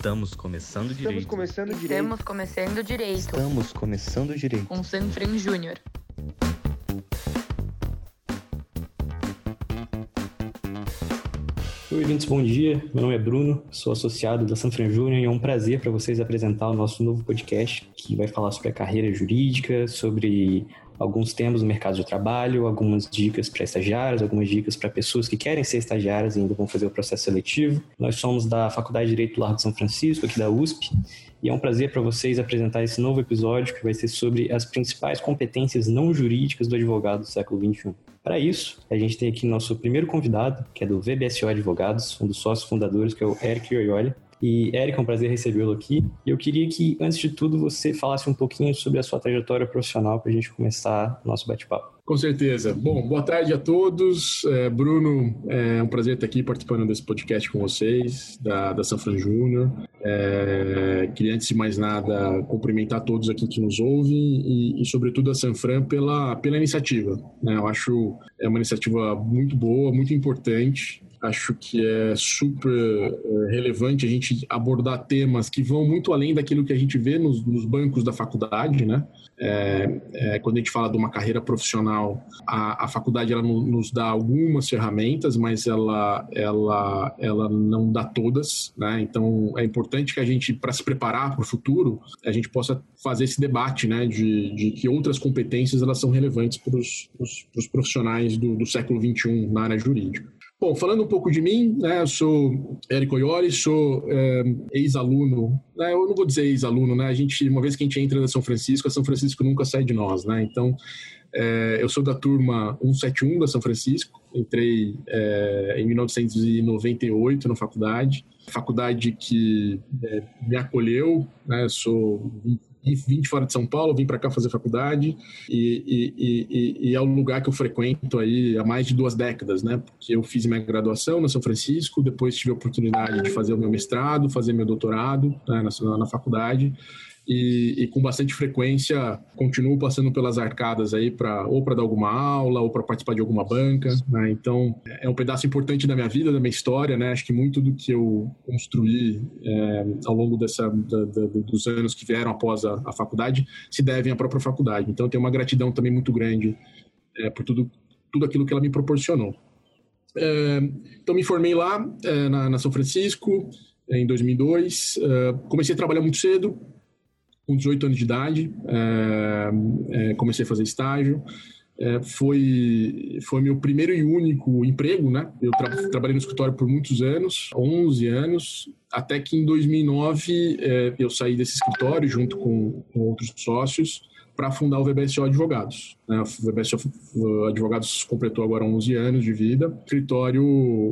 Estamos começando direito. Estamos começando direito. Com Sanfran Júnior. Oi, ouvintes, bom dia. Meu nome é Bruno, sou associado da Sanfran Júnior e é um prazer para vocês apresentar o nosso novo podcast que vai falar sobre a carreira jurídica, sobre alguns temas do mercado de trabalho, algumas dicas para estagiários, algumas dicas para pessoas que querem ser estagiárias e ainda vão fazer o processo seletivo. Nós somos da Faculdade de Direito do Largo de São Francisco, aqui da USP, e é um prazer para vocês apresentar esse novo episódio que vai ser sobre as principais competências não jurídicas do advogado do século XXI. Para isso, a gente tem aqui nosso primeiro convidado, que é do VBSO Advogados, um dos sócios fundadores, que é o Eric Ioioli. E, Eric, é um prazer recebê-lo aqui. E eu queria que, antes de tudo, você falasse um pouquinho sobre a sua trajetória profissional para a gente começar o nosso bate-papo. Com certeza. Bom, boa tarde a todos. Bruno, é um prazer estar aqui participando desse podcast com vocês, da Sanfran Júnior. Queria, antes de mais nada, cumprimentar todos aqui que nos ouvem e sobretudo, a Sanfran pela iniciativa, né? Eu acho é uma iniciativa muito boa, muito importante. Acho que é super relevante a gente abordar temas que vão muito além daquilo que a gente vê nos bancos da faculdade, né? Quando a gente fala de uma carreira profissional, a faculdade ela nos dá algumas ferramentas, mas ela não dá todas, né? Então é importante que a gente, para se preparar para o futuro, a gente possa fazer esse debate, né? De que outras competências elas são relevantes para os profissionais do século XXI na área jurídica. Bom, falando um pouco de mim, né, eu sou Eric Ioioli, sou ex-aluno, né, eu não vou dizer ex-aluno, né, uma vez que a gente entra na São Francisco, a São Francisco nunca sai de nós, né, então eu sou da turma 171 da São Francisco, entrei em 1998 na faculdade que me acolheu, né, vim de fora de São Paulo, vim para cá fazer faculdade e é um lugar que eu frequento aí há mais de 2 décadas, né? Porque eu fiz minha graduação na São Francisco, depois tive a oportunidade de fazer o meu mestrado, fazer meu doutorado, né, na faculdade. E com bastante frequência continuo passando pelas arcadas aí para dar alguma aula ou para participar de alguma banca, né? Então é um pedaço importante da minha vida, da minha história, né? Acho que muito do que eu construí ao longo dos anos que vieram após a faculdade se devem à própria faculdade. Então eu tenho uma gratidão também muito grande por tudo aquilo que ela me proporcionou. Então me formei lá na São Francisco em 2002, comecei a trabalhar muito cedo. Com 18 anos de idade, comecei a fazer estágio. Foi meu primeiro e único emprego, né? Eu trabalhei no escritório por muitos anos, 11 anos, até que em 2009 eu saí desse escritório junto com outros sócios para fundar o VBSO Advogados. O VBSO Advogados completou agora 11 anos de vida. Escritório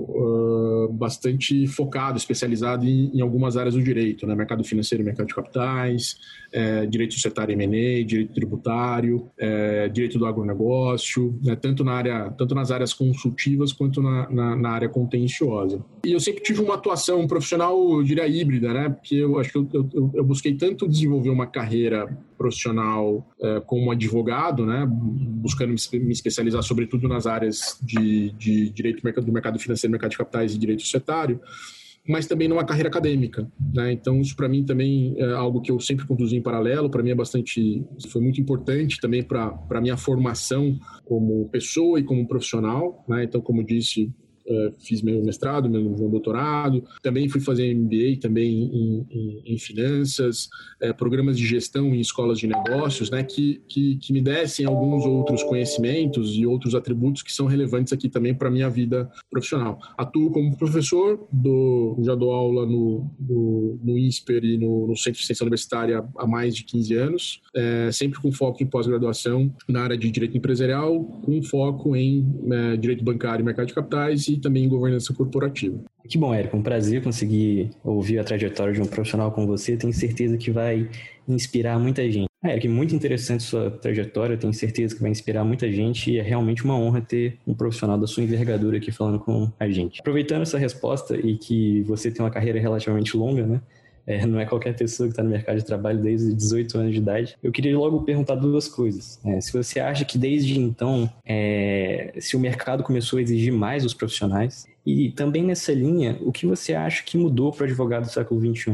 bastante focado, especializado em algumas áreas do direito, né? Mercado financeiro, mercado de capitais, direito societário e M&A, direito tributário, direito do agronegócio, né? Tanto nas áreas consultivas quanto na área contenciosa. E eu sempre tive uma atuação profissional, eu diria, híbrida, né? Porque eu acho que eu busquei tanto desenvolver uma carreira profissional como advogado, né? Buscando me especializar sobretudo nas áreas de direito do mercado financeiro, mercado de capitais e direito societário, mas também numa carreira acadêmica, né? Então isso para mim também é algo que eu sempre conduzi em paralelo. Para mim foi muito importante também para a minha formação como pessoa e como profissional, né? Então, como disse, fiz meu mestrado, meu doutorado, também fui fazer MBA também em finanças, programas de gestão em escolas de negócios, né, que me dessem alguns outros conhecimentos e outros atributos que são relevantes aqui também para a minha vida profissional. Atuo como professor, já dou aula no INSPER e no Centro de Extensão Universitária há mais de 15 anos, sempre com foco em pós-graduação na área de direito empresarial, com foco em direito bancário e mercado de capitais e também em governança corporativa. Que bom, Érico, um prazer conseguir ouvir a trajetória de um profissional como você. Tenho certeza que vai inspirar muita gente. Érico, muito interessante sua trajetória, tenho certeza que vai inspirar muita gente e é realmente uma honra ter um profissional da sua envergadura aqui falando com a gente. Aproveitando essa resposta e que você tem uma carreira relativamente longa, né? Não é qualquer pessoa que está no mercado de trabalho desde 18 anos de idade. Eu queria logo perguntar 2 coisas. Se você acha que desde então, se o mercado começou a exigir mais dos profissionais, e também nessa linha, o que você acha que mudou para o advogado do século XXI?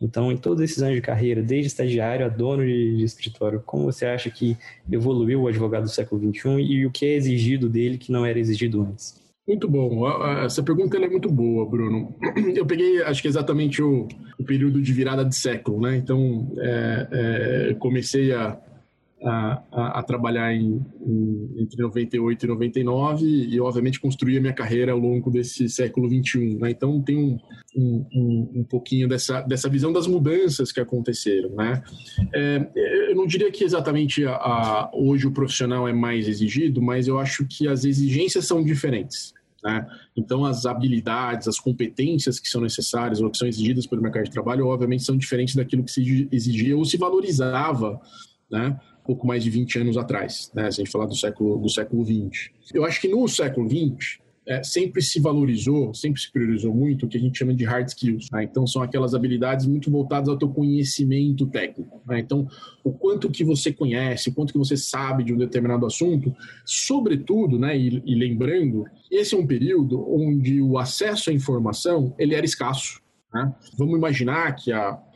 Então, em todos esses anos de carreira, desde estagiário a dono de escritório, como você acha que evoluiu o advogado do século XXI e o que é exigido dele que não era exigido antes? Muito bom. Essa pergunta é muito boa, Bruno. Eu peguei, acho que exatamente o período de virada de século, né? Então, comecei a trabalhar entre 98 e 99 e, obviamente, construí a minha carreira ao longo desse século XXI, né? Então, tem um pouquinho dessa visão das mudanças que aconteceram, né? Eu não diria que exatamente hoje o profissional é mais exigido, mas eu acho que as exigências são diferentes, né? Então, as habilidades, as competências que são necessárias ou que são exigidas pelo mercado de trabalho, obviamente, são diferentes daquilo que se exigia ou se valorizava, né, um pouco mais de 20 anos atrás, né, se a gente falar do século XX. Eu acho que no século XX, sempre se valorizou, sempre se priorizou muito o que a gente chama de hard skills, né? Então, são aquelas habilidades muito voltadas ao teu conhecimento técnico, né? Então, o quanto que você conhece, o quanto que você sabe de um determinado assunto, sobretudo, né, e lembrando, esse é um período onde o acesso à informação ele era escasso, né? Vamos imaginar que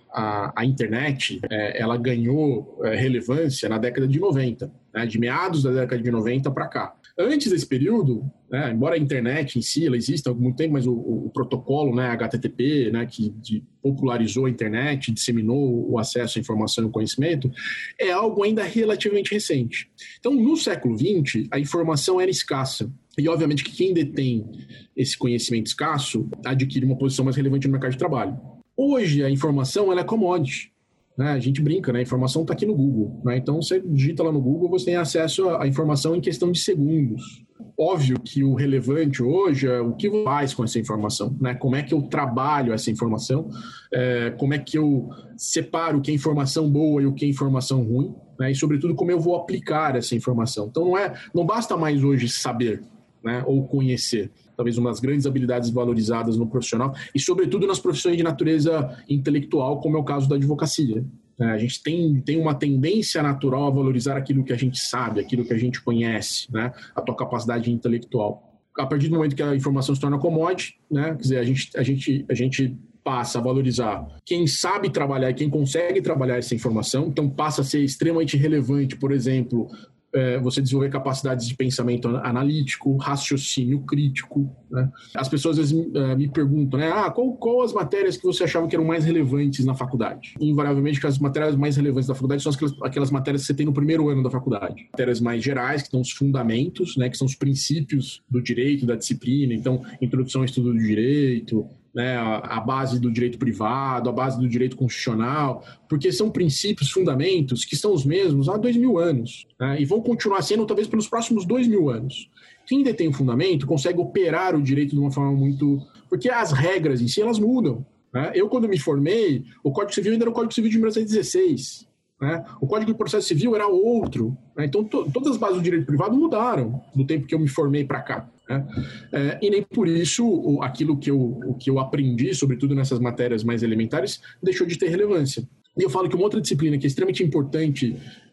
a internet ela ganhou relevância na década de 90, né, de meados da década de 90 para cá. Antes desse período, né, embora a internet em si ela exista há algum tempo, mas o protocolo, né, HTTP, né, que popularizou a internet, disseminou o acesso à informação e ao conhecimento, é algo ainda relativamente recente. Então, no século XX, a informação era escassa. E, obviamente, que quem detém esse conhecimento escasso adquire uma posição mais relevante no mercado de trabalho. Hoje, a informação ela é commodity, né? A gente brinca, né? A informação está aqui no Google, né? Então, você digita lá no Google, você tem acesso à informação em questão de segundos. Óbvio que o relevante hoje é o que você faz com essa informação, né? Como é que eu trabalho essa informação, como é que eu separo o que é informação boa e o que é informação ruim, né? E, sobretudo, como eu vou aplicar essa informação. Então, não basta mais hoje saber, né, ou conhecer. Talvez uma das grandes habilidades valorizadas no profissional e, sobretudo, nas profissões de natureza intelectual, como é o caso da advocacia. A gente tem uma tendência natural a valorizar aquilo que a gente sabe, aquilo que a gente conhece, né, a tua capacidade intelectual. A partir do momento que a informação se torna commodity, né, quer dizer, a gente passa a valorizar quem sabe trabalhar e quem consegue trabalhar essa informação, então passa a ser extremamente relevante, por exemplo, você desenvolver capacidades de pensamento analítico, raciocínio crítico, né? As pessoas às vezes me perguntam, né? Qual as matérias que você achava que eram mais relevantes na faculdade? E, invariavelmente, que as matérias mais relevantes da faculdade são aquelas matérias que você tem no primeiro ano da faculdade. Matérias mais gerais, que são os fundamentos, né? Que são os princípios do direito, da disciplina. Então, introdução ao estudo do direito, né, a base do direito privado, a base do direito constitucional, porque são princípios, fundamentos que são os mesmos há 2000 anos, né, e vão continuar sendo talvez pelos próximos 2000 anos. Quem detém o fundamento consegue operar o direito de uma forma muito... Porque as regras em si, elas mudam, né? Eu, quando me formei, o Código Civil ainda era o Código Civil de 1916. Né? O Código de Processo Civil era outro, né? Então todas as bases do direito privado mudaram do tempo que eu me formei para cá, né? E nem por isso aquilo que eu aprendi, sobretudo nessas matérias mais elementares, deixou de ter relevância. E eu falo que uma outra disciplina que é extremamente importante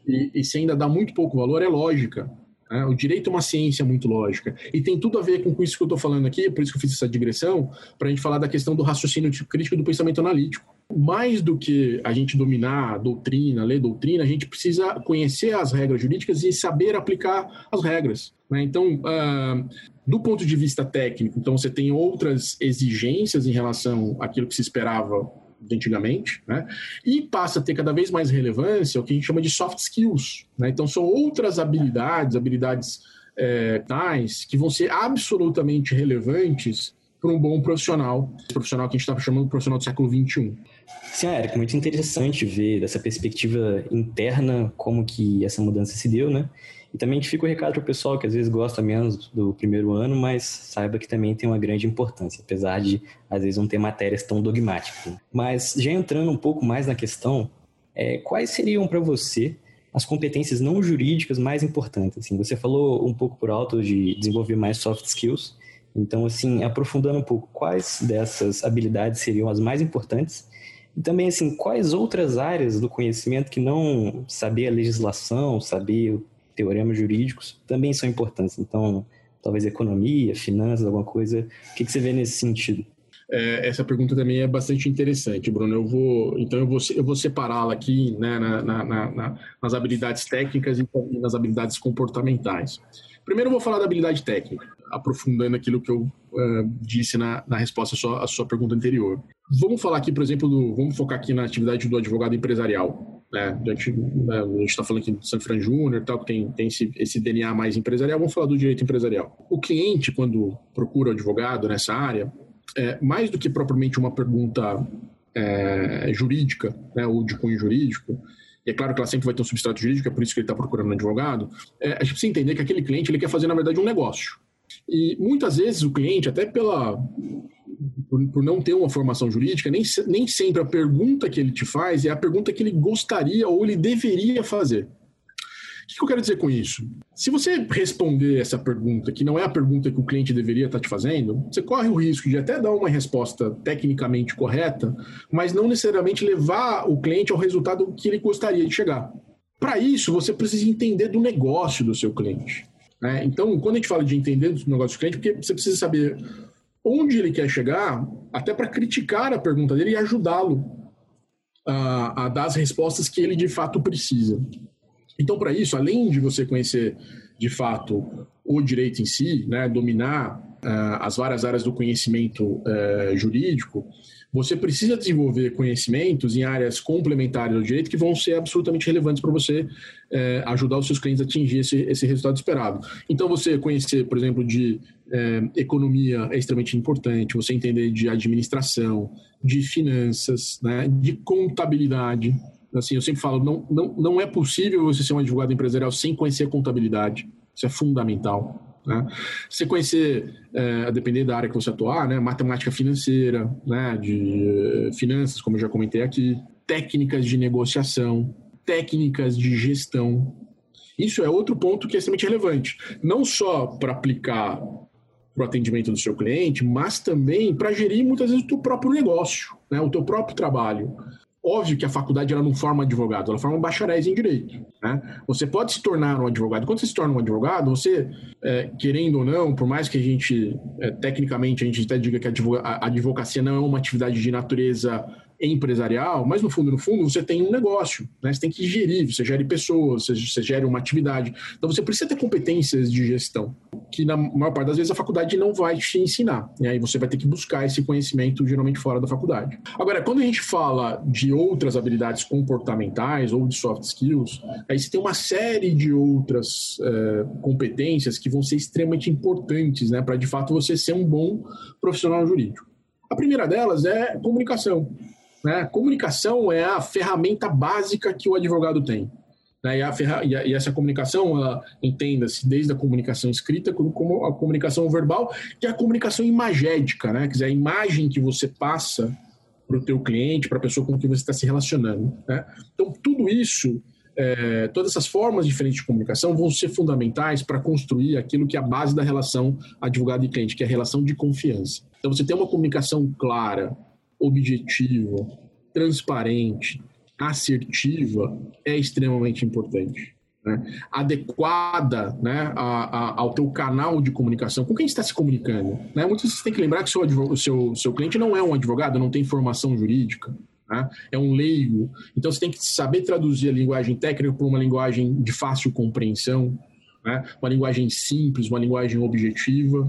e se ainda dá muito pouco valor é lógica. O direito é uma ciência muito lógica e tem tudo a ver com isso que eu estou falando aqui, por isso que eu fiz essa digressão, para a gente falar da questão do raciocínio crítico e do pensamento analítico. Mais do que a gente dominar a doutrina, ler doutrina, a gente precisa conhecer as regras jurídicas e saber aplicar as regras, né? Então, do ponto de vista técnico, então você tem outras exigências em relação àquilo que se esperava de antigamente, né? E passa a ter cada vez mais relevância o que a gente chama de soft skills, né? Então são outras habilidades tais que vão ser absolutamente relevantes para um bom profissional, esse profissional que a gente está chamando de profissional do século XXI. Sim, Érico, muito interessante ver dessa perspectiva interna como que essa mudança se deu, né? E também que fica o recado para o pessoal que às vezes gosta menos do primeiro ano, mas saiba que também tem uma grande importância, apesar de às vezes não ter matérias tão dogmáticas. Mas já entrando um pouco mais na questão, quais seriam para você as competências não jurídicas mais importantes? Assim, você falou um pouco por alto de desenvolver mais soft skills, então assim, aprofundando um pouco, quais dessas habilidades seriam as mais importantes? E também, assim, quais outras áreas do conhecimento que não saber a legislação, saber teoremas jurídicos, também são importantes? Então, talvez economia, finanças, alguma coisa. O que você vê nesse sentido? Essa pergunta também é bastante interessante, Bruno. Eu vou separá-la aqui, né, nas habilidades técnicas e nas habilidades comportamentais. Primeiro eu vou falar da habilidade técnica, aprofundando aquilo que eu disse na resposta à sua pergunta anterior. Vamos falar aqui, por exemplo, vamos focar aqui na atividade do advogado empresarial. Né? A gente está falando aqui do Sanfran Júnior, tal, que tem esse DNA mais empresarial. Vamos falar do direito empresarial. O cliente, quando procura o advogado nessa área, mais do que propriamente uma pergunta jurídica, né, ou de cunho jurídico, e é claro que ela sempre vai ter um substrato jurídico, é por isso que ele está procurando um advogado, a gente precisa entender que aquele cliente ele quer fazer, na verdade, um negócio. E muitas vezes o cliente, até por não ter uma formação jurídica, nem sempre a pergunta que ele te faz é a pergunta que ele gostaria ou ele deveria fazer. O que eu quero dizer com isso? Se você responder essa pergunta, que não é a pergunta que o cliente deveria estar te fazendo, você corre o risco de até dar uma resposta tecnicamente correta, mas não necessariamente levar o cliente ao resultado que ele gostaria de chegar. Para isso, você precisa entender do negócio do seu cliente. Né? Então, quando a gente fala de entender do negócio do cliente, porque você precisa saber onde ele quer chegar, até para criticar a pergunta dele e ajudá-lo a dar as respostas que ele de fato precisa. Então, para isso, além de você conhecer, de fato, o direito em si, né, dominar as várias áreas do conhecimento jurídico, você precisa desenvolver conhecimentos em áreas complementares ao direito que vão ser absolutamente relevantes para você ajudar os seus clientes a atingir esse resultado esperado. Então, você conhecer, por exemplo, de economia é extremamente importante, você entender de administração, de finanças, né, de contabilidade. Assim, eu sempre falo, não é possível você ser um advogado empresarial sem conhecer contabilidade. Isso é fundamental. Né? Você conhecer, a depender da área que você atuar, né, matemática financeira, né, de finanças, como eu já comentei aqui, técnicas de negociação, técnicas de gestão. Isso é outro ponto que é extremamente relevante. Não só para aplicar para o atendimento do seu cliente, mas também para gerir muitas vezes o teu próprio negócio, né, o teu próprio trabalho. Óbvio que a faculdade ela não forma advogado, ela forma bacharéis em direito. Né? Você pode se tornar um advogado. Quando você se torna um advogado, você, querendo ou não, por mais que a gente, tecnicamente, a gente até diga que a advocacia não é uma atividade de natureza empresarial, mas no fundo, você tem um negócio. Né? Você tem que gerir, você gere pessoas, você gere uma atividade. Então, você precisa ter competências de gestão, que na maior parte das vezes a faculdade não vai te ensinar. E aí você vai ter que buscar esse conhecimento geralmente fora da faculdade. Agora, quando a gente fala de outras habilidades comportamentais ou de soft skills, aí você tem uma série de outras competências que vão ser extremamente importantes, né, para de fato você ser um bom profissional jurídico. A primeira delas é comunicação. Né? Comunicação é a ferramenta básica que o advogado tem. Né? E essa comunicação, entenda-se desde a comunicação escrita como a comunicação verbal, que é a comunicação imagética, né? Quer dizer, a imagem que você passa para o teu cliente, para a pessoa com quem você está se relacionando. Né? Então, tudo isso, todas essas formas diferentes de comunicação vão ser fundamentais para construir aquilo que é a base da relação advogado e cliente, que é a relação de confiança. Então, você ter uma comunicação clara, objetiva, transparente, assertiva é extremamente importante. Né? Adequada, né, ao teu canal de comunicação. Com quem está se comunicando? Né? Muitas vezes você tem que lembrar que o seu cliente não é um advogado, não tem formação jurídica, né? É um leigo. Então você tem que saber traduzir a linguagem técnica para uma linguagem de fácil compreensão, né? Uma linguagem simples, uma linguagem objetiva.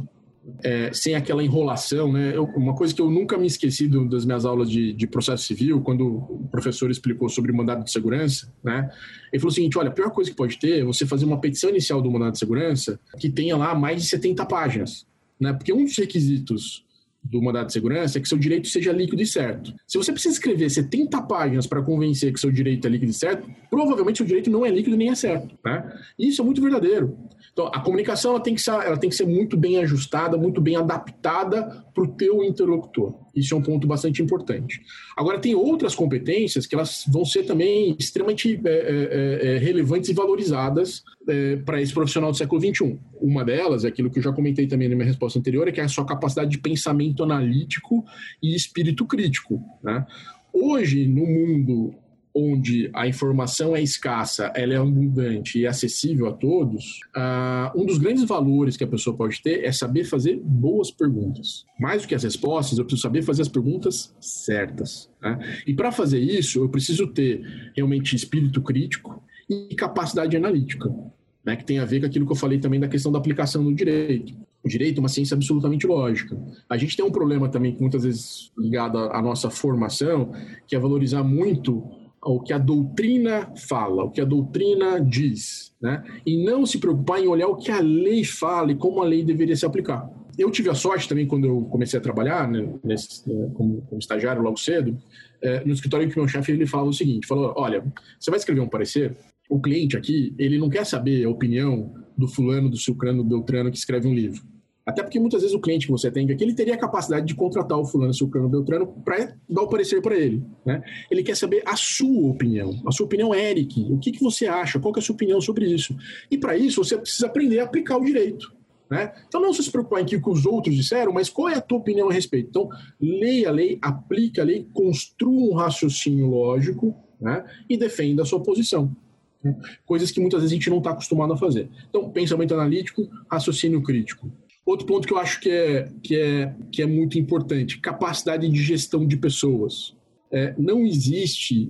Sem aquela enrolação, né? Uma coisa que eu nunca me esqueci das minhas aulas de processo civil, quando o professor explicou sobre o mandado de segurança, né? Ele falou o seguinte: olha, a pior coisa que pode ter é você fazer uma petição inicial do mandado de segurança que tenha lá mais de 70 páginas, né? Porque um dos requisitos do mandado de segurança é que seu direito seja líquido e certo. Se você precisa escrever 70 páginas para convencer que seu direito é líquido e certo, provavelmente seu direito não é líquido nem é certo. Né? Isso é muito verdadeiro. Então, a comunicação ela tem que ser muito bem ajustada, muito bem adaptada para o teu interlocutor. Isso é um ponto bastante importante. Agora, tem outras competências que elas vão ser também extremamente relevantes e valorizadas para esse profissional do século XXI. Uma delas é aquilo que eu já comentei também na minha resposta anterior, que é a sua capacidade de pensamento analítico e espírito crítico. Né? Hoje, no mundo onde a informação é escassa, ela é abundante e acessível a todos, um dos grandes valores que a pessoa pode ter é saber fazer boas perguntas. Mais do que as respostas, eu preciso saber fazer as perguntas certas, né? E para fazer isso, eu preciso ter realmente espírito crítico e capacidade analítica, né, que tem a ver com aquilo que eu falei também da questão da aplicação do direito. O direito é uma ciência absolutamente lógica. A gente tem um problema também, muitas vezes ligado à nossa formação, que é valorizar muito o que a doutrina fala, o que a doutrina diz, né? E não se preocupar em olhar o que a lei fala e como a lei deveria se aplicar. Eu tive a sorte também, quando eu comecei a trabalhar, né, como estagiário logo cedo, no escritório que meu chefe ele falava o seguinte, falou, olha, você vai escrever um parecer, o cliente aqui, ele não quer saber a opinião do fulano, do ciclano, do beltrano que escreve um livro. Até porque muitas vezes o cliente que você atende aqui, ele teria a capacidade de contratar o fulano, ciclano, beltrano para dar o parecer para ele, né? Ele quer saber a sua opinião. A sua opinião, Eric. O que você acha? Qual que é a sua opinião sobre isso? E para isso, você precisa aprender a aplicar o direito, né? Então não se preocupar em que os outros disseram, mas qual é a tua opinião a respeito? Então, leia a lei, aplique a lei, construa um raciocínio lógico, né? E defenda a sua posição. Coisas que muitas vezes a gente não está acostumado a fazer. Então, pensamento analítico, raciocínio crítico. Outro ponto que eu acho que é muito importante, capacidade de gestão de pessoas. Não existe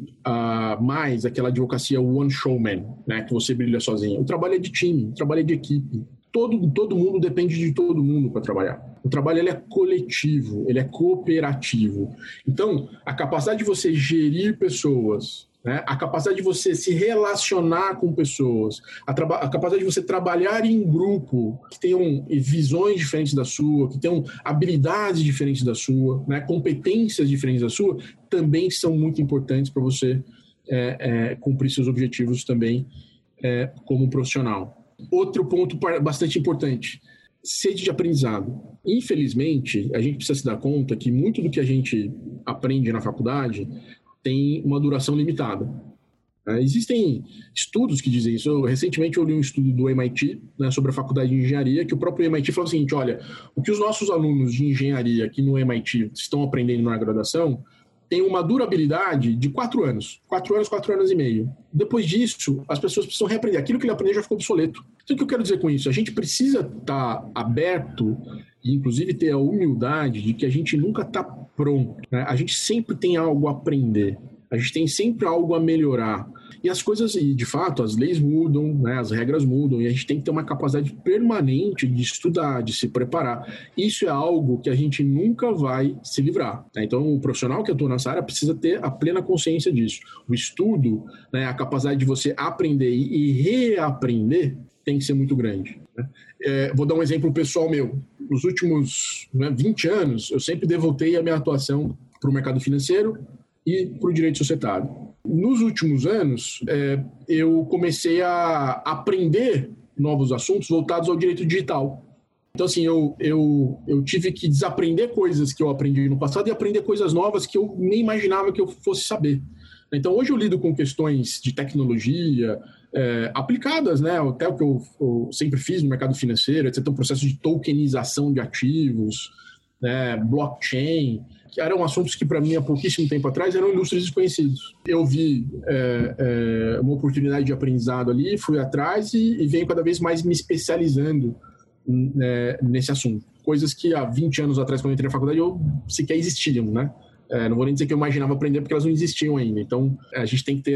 mais aquela advocacia one showman, né, que você brilha sozinho. O trabalho é de time, o trabalho é de equipe. Todo mundo depende de todo mundo para trabalhar. O trabalho ele é coletivo, ele é cooperativo. Então, a capacidade de você gerir pessoas, né, a capacidade de você se relacionar com pessoas, a capacidade de você trabalhar em grupo, que tenham visões diferentes da sua, que tenham habilidades diferentes da sua, né, competências diferentes da sua, também são muito importantes para você cumprir seus objetivos também como profissional. Outro ponto bastante importante, sede de aprendizado. Infelizmente, a gente precisa se dar conta que muito do que a gente aprende na faculdade tem uma duração limitada. Existem estudos que dizem isso. Recentemente eu li um estudo do MIT, né, sobre a faculdade de engenharia, que o próprio MIT falou o seguinte, olha, o que os nossos alunos de engenharia aqui no MIT estão aprendendo na graduação tem uma durabilidade de 4 anos. 4 anos, 4 anos e meio. Depois disso, as pessoas precisam reaprender. Aquilo que ele aprendeu já ficou obsoleto. Então, o que eu quero dizer com isso? A gente precisa estar aberto e, inclusive, ter a humildade de que a gente nunca está pronto, né? A gente sempre tem algo a aprender. A gente tem sempre algo a melhorar. E as coisas, e de fato, as leis mudam, né? As regras mudam, e a gente tem que ter uma capacidade permanente de estudar, de se preparar. Isso é algo que a gente nunca vai se livrar, né? Então, o profissional que atua nessa área precisa ter a plena consciência disso. O estudo, né? A capacidade de você aprender e reaprender tem que ser muito grande, né? Vou dar um exemplo pessoal meu. Nos últimos 20 anos, eu sempre devotei a minha atuação para o mercado financeiro e para o direito societário. Nos últimos anos, eu comecei a aprender novos assuntos voltados ao direito digital. Então, assim, eu tive que desaprender coisas que eu aprendi no passado e aprender coisas novas que eu nem imaginava que eu fosse saber. Então, hoje eu lido com questões de tecnologia aplicadas, né, até o que eu sempre fiz no mercado financeiro, etc., um processo de tokenização de ativos, né, blockchain, que eram assuntos que, para mim, há pouquíssimo tempo atrás, eram ilustres desconhecidos. Eu vi uma oportunidade de aprendizado ali, fui atrás e venho cada vez mais me especializando nesse assunto. Coisas que há 20 anos atrás, quando eu entrei na faculdade, eu sequer existiam, né? Não vou nem dizer que eu imaginava aprender, porque elas não existiam ainda. Então, a gente tem que ter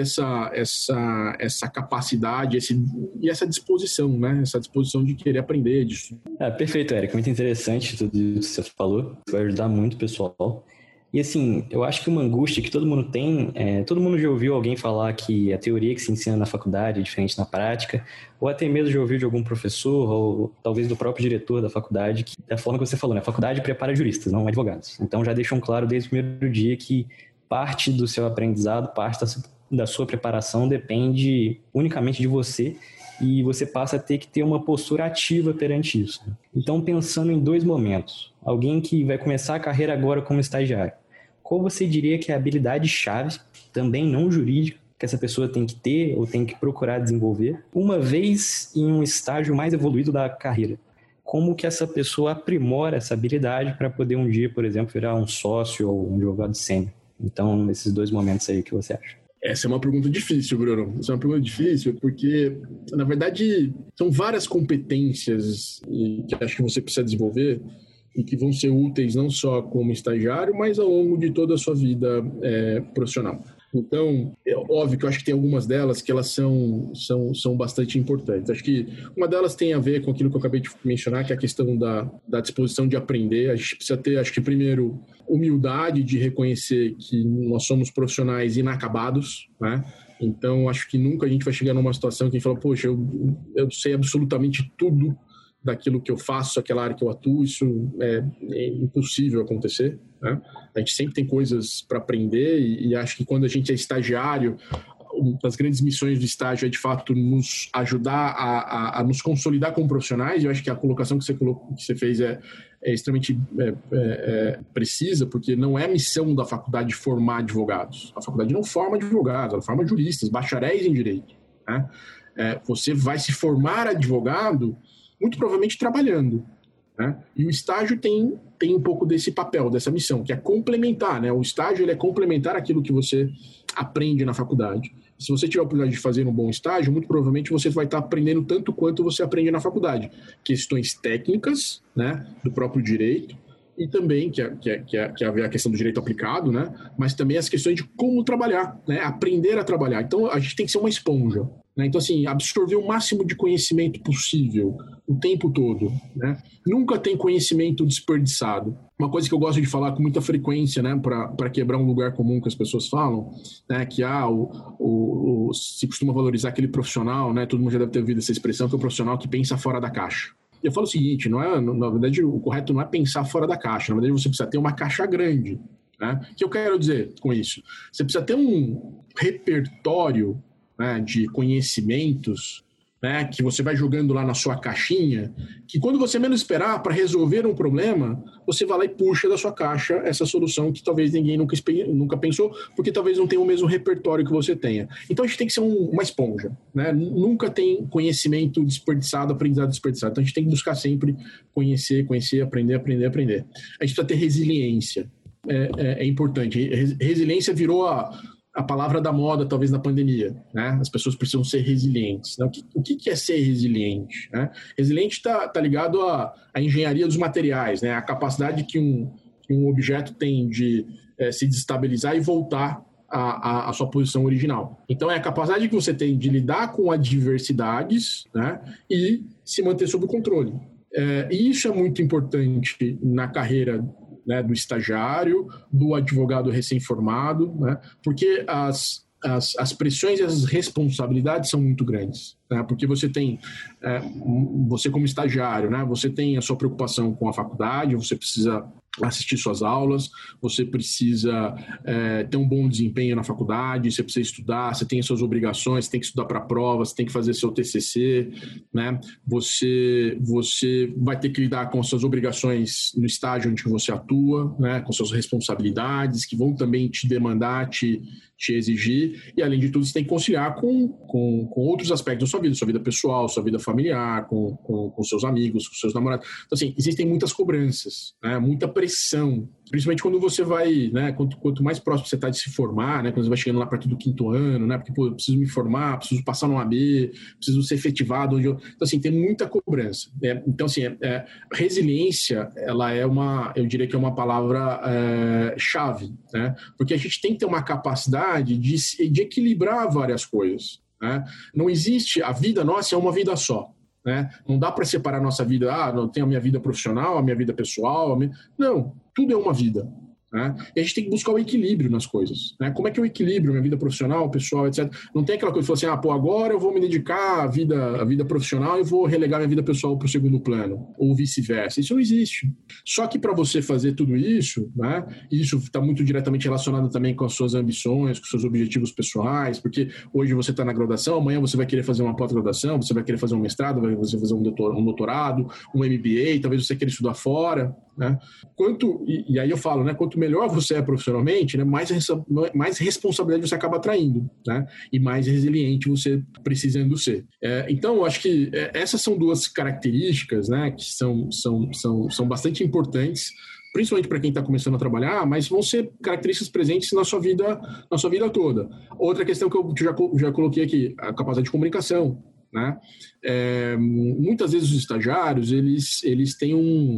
essa capacidade e essa disposição, né? Essa disposição de querer aprender disso. Perfeito, Eric. Muito interessante tudo isso que você falou. Vai ajudar muito o pessoal. E assim, eu acho que uma angústia que todo mundo tem, todo mundo já ouviu alguém falar que a teoria que se ensina na faculdade é diferente na prática, ou até mesmo já ouviu de algum professor, ou talvez do próprio diretor da faculdade, que da forma que você falou, né? A faculdade prepara juristas, não advogados. Então já deixam claro desde o primeiro dia que parte do seu aprendizado, parte da sua preparação depende unicamente de você, e você passa a ter que ter uma postura ativa perante isso. Então, pensando em 2 momentos, alguém que vai começar a carreira agora como estagiário, qual você diria que é a habilidade-chave, também não jurídica, que essa pessoa tem que ter ou tem que procurar desenvolver, uma vez em um estágio mais evoluído da carreira? Como que essa pessoa aprimora essa habilidade para poder um dia, por exemplo, virar um sócio ou um advogado sênior? Então, nesses 2 momentos aí, o que você acha? Essa é uma pergunta difícil, Bruno. Essa é uma pergunta difícil porque, na verdade, são várias competências que acho que você precisa desenvolver e que vão ser úteis não só como estagiário, mas ao longo de toda a sua vida profissional. Então, é óbvio que eu acho que tem algumas delas que elas são bastante importantes. Acho que uma delas tem a ver com aquilo que eu acabei de mencionar, que é a questão da disposição de aprender. A gente precisa ter, acho que primeiro, humildade de reconhecer que nós somos profissionais inacabados, né? Então, acho que nunca a gente vai chegar numa situação que a gente fala, poxa, eu sei absolutamente tudo daquilo que eu faço, aquela área que eu atuo, isso é impossível acontecer, né? A gente sempre tem coisas para aprender e acho que quando a gente é estagiário, uma das grandes missões do estágio é, de fato, nos ajudar a nos consolidar como profissionais. Eu acho que a colocação que você fez é extremamente precisa, porque não é a missão da faculdade formar advogados. A faculdade não forma advogados, ela forma juristas, bacharéis em direito, né? Você vai se formar advogado muito provavelmente trabalhando, né? E o estágio tem um pouco desse papel, dessa missão, que é complementar, né? O estágio ele é complementar aquilo que você aprende na faculdade. Se você tiver a oportunidade de fazer um bom estágio, muito provavelmente você vai estar aprendendo tanto quanto você aprende na faculdade. Questões técnicas, né, do próprio direito, e também, que é a questão do direito aplicado, né? Mas também as questões de como trabalhar, né? Aprender a trabalhar. Então, a gente tem que ser uma esponja, né? Então, assim, absorver o máximo de conhecimento possível o tempo todo, né? Nunca tem conhecimento desperdiçado. Uma coisa que eu gosto de falar com muita frequência, né, para quebrar um lugar comum que as pessoas falam, né, que se costuma valorizar aquele profissional, né? Todo mundo já deve ter ouvido essa expressão, que é o profissional que pensa fora da caixa. Eu falo o seguinte, na verdade, o correto não é pensar fora da caixa, na verdade você precisa ter uma caixa grande, né? O que eu quero dizer com isso? Você precisa ter um repertório, né, de conhecimentos, né, que você vai jogando lá na sua caixinha, que quando você menos esperar para resolver um problema, você vai lá e puxa da sua caixa essa solução que talvez ninguém nunca pensou, porque talvez não tenha o mesmo repertório que você tenha. Então a gente tem que ser uma esponja, né? Nunca tem conhecimento desperdiçado, aprendizado desperdiçado. Então a gente tem que buscar sempre conhecer, aprender. A gente precisa ter resiliência. É importante. Resiliência virou a palavra da moda, talvez, na pandemia, né? As pessoas precisam ser resilientes, né? O que é ser resiliente, né? Resiliente está ligado à engenharia dos materiais, né? A capacidade que um objeto tem de se desestabilizar e voltar à sua posição original. Então, é a capacidade que você tem de lidar com adversidades, né? E se manter sob o controle. E isso é muito importante na carreira, né, do estagiário, do advogado recém-formado, né, porque as pressões e as responsabilidades são muito grandes, né, porque você tem, você como estagiário, né, você tem a sua preocupação com a faculdade, você precisa assistir suas aulas, você precisa ter um bom desempenho na faculdade, você precisa estudar, você tem as suas obrigações, você tem que estudar para provas, você tem que fazer seu TCC, né? Você vai ter que lidar com as suas obrigações no estágio onde você atua, né? Com suas responsabilidades, que vão também te demandar, te exigir, e além de tudo você tem que conciliar com outros aspectos da sua vida pessoal, sua vida familiar, com seus amigos, com seus namorados. Então, assim, existem muitas cobranças, né? Muita pressão, principalmente quando você vai, né, quanto mais próximo você está de se formar, né, quando você vai chegando lá perto do 5º ano, né, porque, pô, eu preciso me formar, preciso passar no AB, preciso ser efetivado. Então, assim, tem muita cobrança. Então, assim, resiliência, ela eu diria que é uma palavra chave, né, porque a gente tem que ter uma capacidade de equilibrar várias coisas, né? Não existe, a vida nossa é uma vida só, né? Não dá para separar a nossa vida, não tem a minha vida profissional, a minha vida pessoal, não, tudo é uma vida, né? E a gente tem que buscar o equilíbrio nas coisas, né? Como é que eu equilibro minha vida profissional, pessoal, etc. Não tem aquela coisa que fala assim, agora eu vou me dedicar à vida profissional e vou relegar minha vida pessoal para o segundo plano, ou vice-versa. Isso não existe. Só que para você fazer tudo isso, né, isso está muito diretamente relacionado também com as suas ambições, com os seus objetivos pessoais, porque hoje você está na graduação, amanhã você vai querer fazer uma pós-graduação, você vai querer fazer um mestrado, você vai fazer um doutorado, um MBA, talvez você queira estudar fora, né? E aí eu falo, né, quanto melhor você é profissionalmente, né, mais responsabilidade você acaba atraindo, né, e mais resiliente você precisando ser. Então, eu acho que essas são duas características, né, que são bastante importantes, principalmente para quem está começando a trabalhar, mas vão ser características presentes na sua vida toda. Outra questão que eu já coloquei aqui, a capacidade de comunicação, né? Muitas vezes os estagiários, eles têm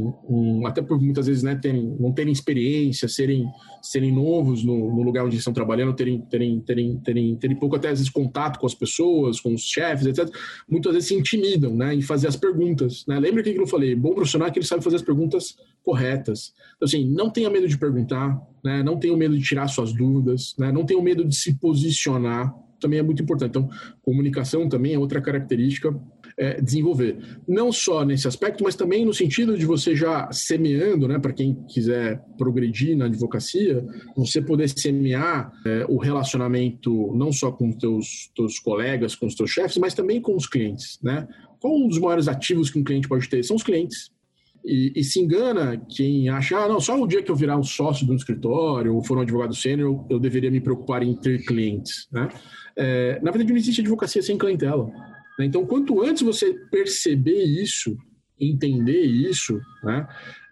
até por muitas vezes, né, não terem experiência, serem novos no lugar onde estão trabalhando, terem pouco até às vezes contato com as pessoas, com os chefes, etc. Muitas vezes se intimidam, né, em fazer as perguntas, né? Lembra que eu falei, bom profissional é que ele sabe fazer as perguntas corretas. Então, assim, não tenha medo de perguntar, né? Não tenha medo de tirar suas dúvidas, né? Não tenha medo de se posicionar, também é muito importante. Então, comunicação também é outra característica desenvolver. Não só nesse aspecto, mas também no sentido de você já semeando, né, para quem quiser progredir na advocacia, você poder semear o relacionamento não só com os teus colegas, com os teus chefes, mas também com os clientes, né? Qual um dos maiores ativos que um cliente pode ter? São os clientes. E se engana quem acha, não, só o dia que eu virar um sócio de um escritório ou for um advogado sênior, eu deveria me preocupar em ter clientes, né? Na verdade, não existe advocacia sem clientela, né? Então, quanto antes você perceber isso, entender isso, né,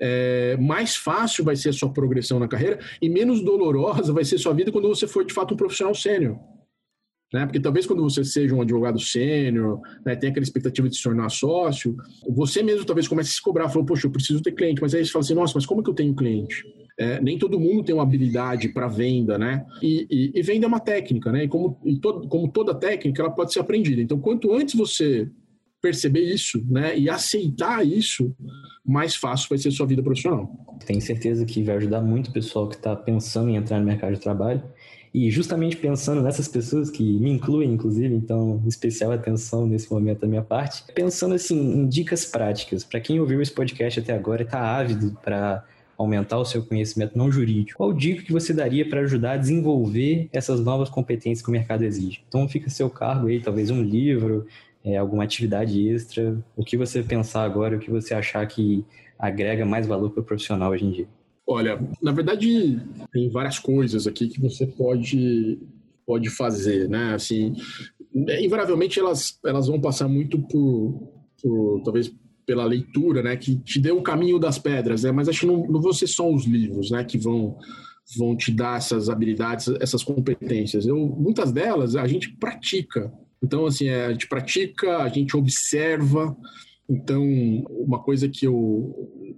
mais fácil vai ser a sua progressão na carreira e menos dolorosa vai ser sua vida quando você for, de fato, um profissional sênior. Né? Porque talvez quando você seja um advogado sênior, né, tem aquela expectativa de se tornar sócio, você mesmo talvez comece a se cobrar, falou, poxa, eu preciso ter cliente, mas aí você fala assim, nossa, mas como é que eu tenho cliente? Nem todo mundo tem uma habilidade para venda, né? E venda é uma técnica, né? Como toda técnica, ela pode ser aprendida. Então, quanto antes você perceber isso, né, e aceitar isso, mais fácil vai ser a sua vida profissional. Tenho certeza que vai ajudar muito o pessoal que está pensando em entrar no mercado de trabalho. E justamente pensando nessas pessoas que me incluem, inclusive, então, especial atenção nesse momento da minha parte, pensando assim em dicas práticas, para quem ouviu esse podcast até agora e está ávido para aumentar o seu conhecimento não jurídico, qual dica que você daria para ajudar a desenvolver essas novas competências que o mercado exige? Então fica a seu cargo aí, talvez um livro, alguma atividade extra, o que você pensar agora, o que você achar que agrega mais valor para o profissional hoje em dia. Olha, na verdade, tem várias coisas aqui que você pode fazer, né? Assim, invariavelmente elas vão passar muito por talvez pela leitura, né? Que te dê o caminho das pedras, né? Mas acho que não vão ser só os livros, né? Que vão te dar essas habilidades, essas competências. Muitas delas a gente pratica. Então, assim, a gente pratica, a gente observa. Então, uma coisa que eu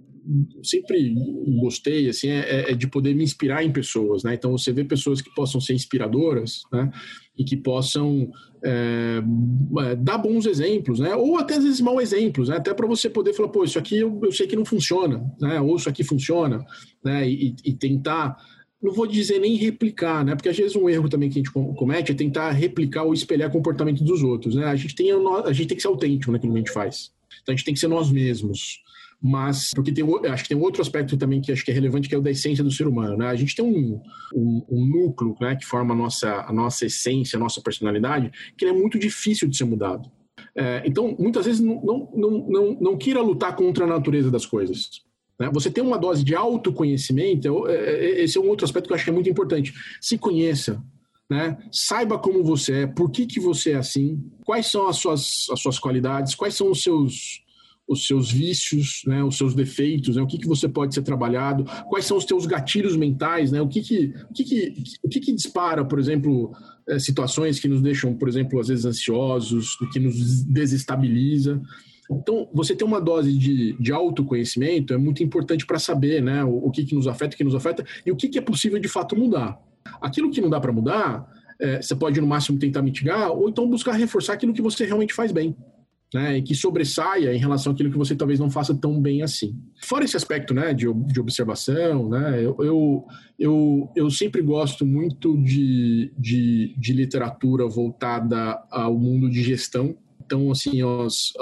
sempre gostei, assim, é de poder me inspirar em pessoas, né? Então, você vê pessoas que possam ser inspiradoras, né? E que possam dar bons exemplos, né? Ou até às vezes maus exemplos, né? Até para você poder falar, pô, isso aqui eu sei que não funciona, né? Ou isso aqui funciona, né? E tentar, não vou dizer nem replicar, né? Porque às vezes um erro também que a gente comete é tentar replicar ou espelhar o comportamento dos outros, né? A gente tem que ser autêntico naquilo que a gente faz. Então a gente tem que ser nós mesmos. Mas, porque acho que tem um outro aspecto também que acho que é relevante, que é o da essência do ser humano, né? A gente tem um núcleo, né, que forma a nossa essência, a nossa personalidade, que é muito difícil de ser mudado. Então, muitas vezes, não queira lutar contra a natureza das coisas. Né? Você tem uma dose de autoconhecimento, esse é um outro aspecto que eu acho que é muito importante. Se conheça. Né? Saiba como você é, por que você é assim, quais são as suas qualidades, quais são os seus vícios, né, os seus defeitos, né, o que você pode ser trabalhado, quais são os teus gatilhos mentais, né, o que dispara, por exemplo, situações que nos deixam, por exemplo, às vezes ansiosos, o que nos desestabiliza. Então, você ter uma dose de autoconhecimento é muito importante para saber, né, o que nos afeta, e o que é possível de fato mudar. Aquilo que não dá para mudar, você pode no máximo tentar mitigar, ou então buscar reforçar aquilo que você realmente faz bem. Né, e que sobressaia em relação àquilo que você talvez não faça tão bem assim. Fora esse aspecto, né, de observação, né, eu sempre gosto muito de literatura voltada ao mundo de gestão. Então, assim, os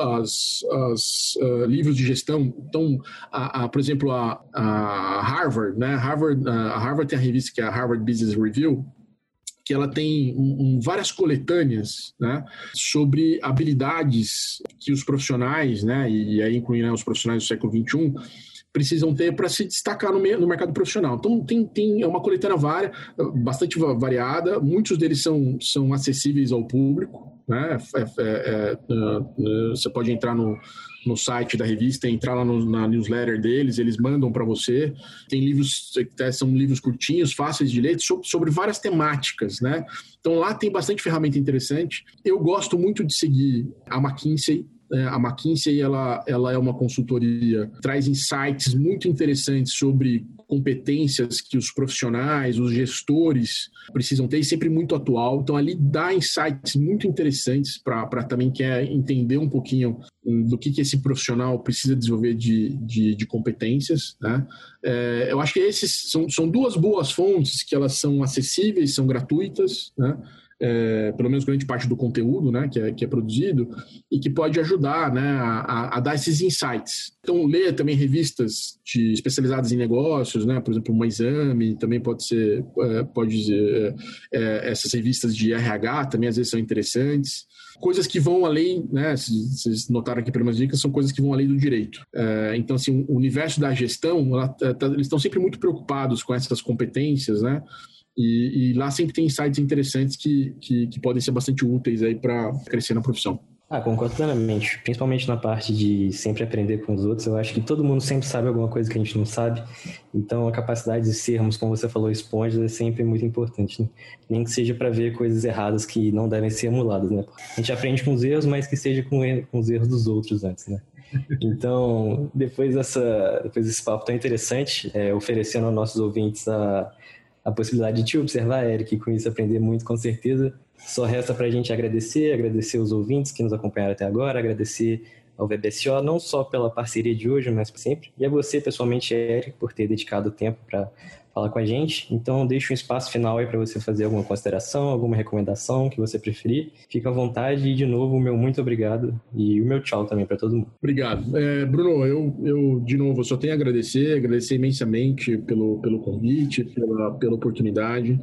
livros de gestão, então, por exemplo, a Harvard, né, a Harvard tem a revista que é a Harvard Business Review, que ela tem várias coletâneas, né, sobre habilidades que os profissionais, né, e aí incluindo, né, os profissionais do século XXI, precisam ter para se destacar no mercado profissional. Então, é uma coletânea bastante variada, muitos deles são acessíveis ao público, né, você pode entrar no site da revista, entrar lá na newsletter deles, eles mandam para você. Tem livros, são livros curtinhos, fáceis de ler, sobre várias temáticas, né? Então lá tem bastante ferramenta interessante. Eu gosto muito de seguir a McKinsey. A McKinsey ela é uma consultoria, traz insights muito interessantes sobre competências que os profissionais, os gestores precisam ter, e sempre muito atual. Então, ali dá insights muito interessantes para também quer entender um pouquinho do que esse profissional precisa desenvolver de competências, né? Eu acho que esses são duas boas fontes, que elas são acessíveis, são gratuitas, né? Pelo menos grande parte do conteúdo, né, que é produzido, e que pode ajudar, né, a dar esses insights. Então, ler também revistas especializadas em negócios, né, por exemplo, uma Exame, também pode ser essas revistas de RH também às vezes são interessantes. Coisas que vão além, né, se vocês notaram aqui pelas dicas, são coisas que vão além do direito. Então, assim, o universo da gestão, eles estão sempre muito preocupados com essas competências, né? E lá sempre tem insights interessantes que podem ser bastante úteis aí para crescer na profissão. Concordo plenamente. Principalmente na parte de sempre aprender com os outros. Eu acho que todo mundo sempre sabe alguma coisa que a gente não sabe. Então, a capacidade de sermos, como você falou, esponjas é sempre muito importante, né? Nem que seja para ver coisas erradas que não devem ser emuladas, né? A gente aprende com os erros, mas que seja com os erros dos outros antes, né? Então, depois desse papo tão interessante, oferecendo aos nossos ouvintes a possibilidade de te observar, Eric, e com isso aprender muito, com certeza. Só resta para a gente agradecer os ouvintes que nos acompanharam até agora, agradecer ao VBSO, não só pela parceria de hoje, mas sempre. E a você, pessoalmente, Eric, por ter dedicado o tempo para falar com a gente. Então, deixo um espaço final aí para você fazer alguma consideração, alguma recomendação que você preferir. Fica à vontade e, de novo, o meu muito obrigado e o meu tchau também para todo mundo. Obrigado. Bruno, eu de novo, só tenho a agradecer imensamente pelo convite, pela oportunidade.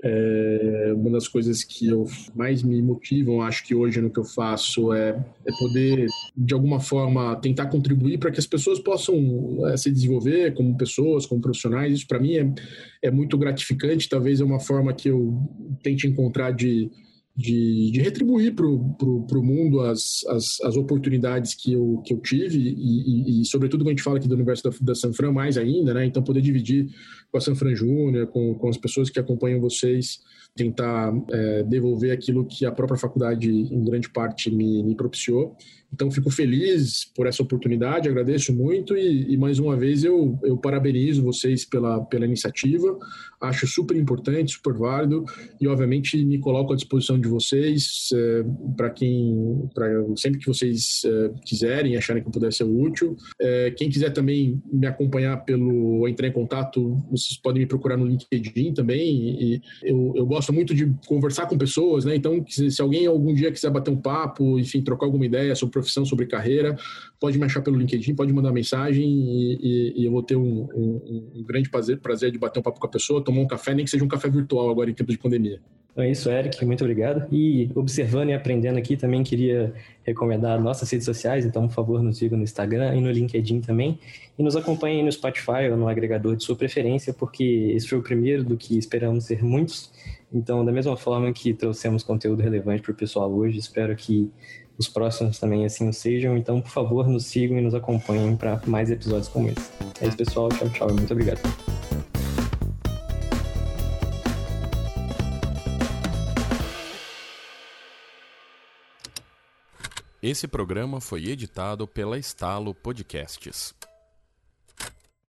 Uma das coisas que mais me motivam, acho que hoje no que eu faço, é poder, de alguma forma, tentar contribuir para que as pessoas possam se desenvolver como pessoas, como profissionais. Isso, para mim, é muito gratificante. Talvez é uma forma que eu tente encontrar de retribuir para o mundo as oportunidades que eu tive e, sobretudo, quando a gente fala aqui do universo da Sanfran, mais ainda, né? Então, poder dividir com a Sanfran Júnior, com as pessoas que acompanham vocês, tentar devolver aquilo que a própria faculdade, em grande parte, me propiciou. Então, fico feliz por essa oportunidade, agradeço muito e mais uma vez, eu parabenizo vocês pela iniciativa. Acho super importante, super válido e, obviamente, me coloco à disposição de vocês sempre que vocês quiserem, acharem que eu puder ser útil. Quem quiser também me acompanhar entrar em contato, vocês podem me procurar no LinkedIn também. E eu gosto muito de conversar com pessoas, né? Então, se alguém algum dia quiser bater um papo, enfim, trocar alguma ideia sobre profissão, sobre carreira, pode me achar pelo LinkedIn, pode mandar mensagem e eu vou ter um grande prazer de bater um papo com a pessoa, tomar um café, nem que seja um café virtual agora em tempo de pandemia. Então é isso, Eric, muito obrigado. E observando e aprendendo aqui, também queria recomendar nossas redes sociais, então, por favor, nos sigam no Instagram e no LinkedIn também. E nos acompanhem no Spotify ou no agregador de sua preferência, porque esse foi o primeiro do que esperamos ser muitos. Então, da mesma forma que trouxemos conteúdo relevante para o pessoal hoje, espero que os próximos também assim o sejam. Então, por favor, nos sigam e nos acompanhem para mais episódios como esse. É isso, pessoal. Tchau, tchau. Muito obrigado. Esse programa foi editado pela Estalo Podcasts.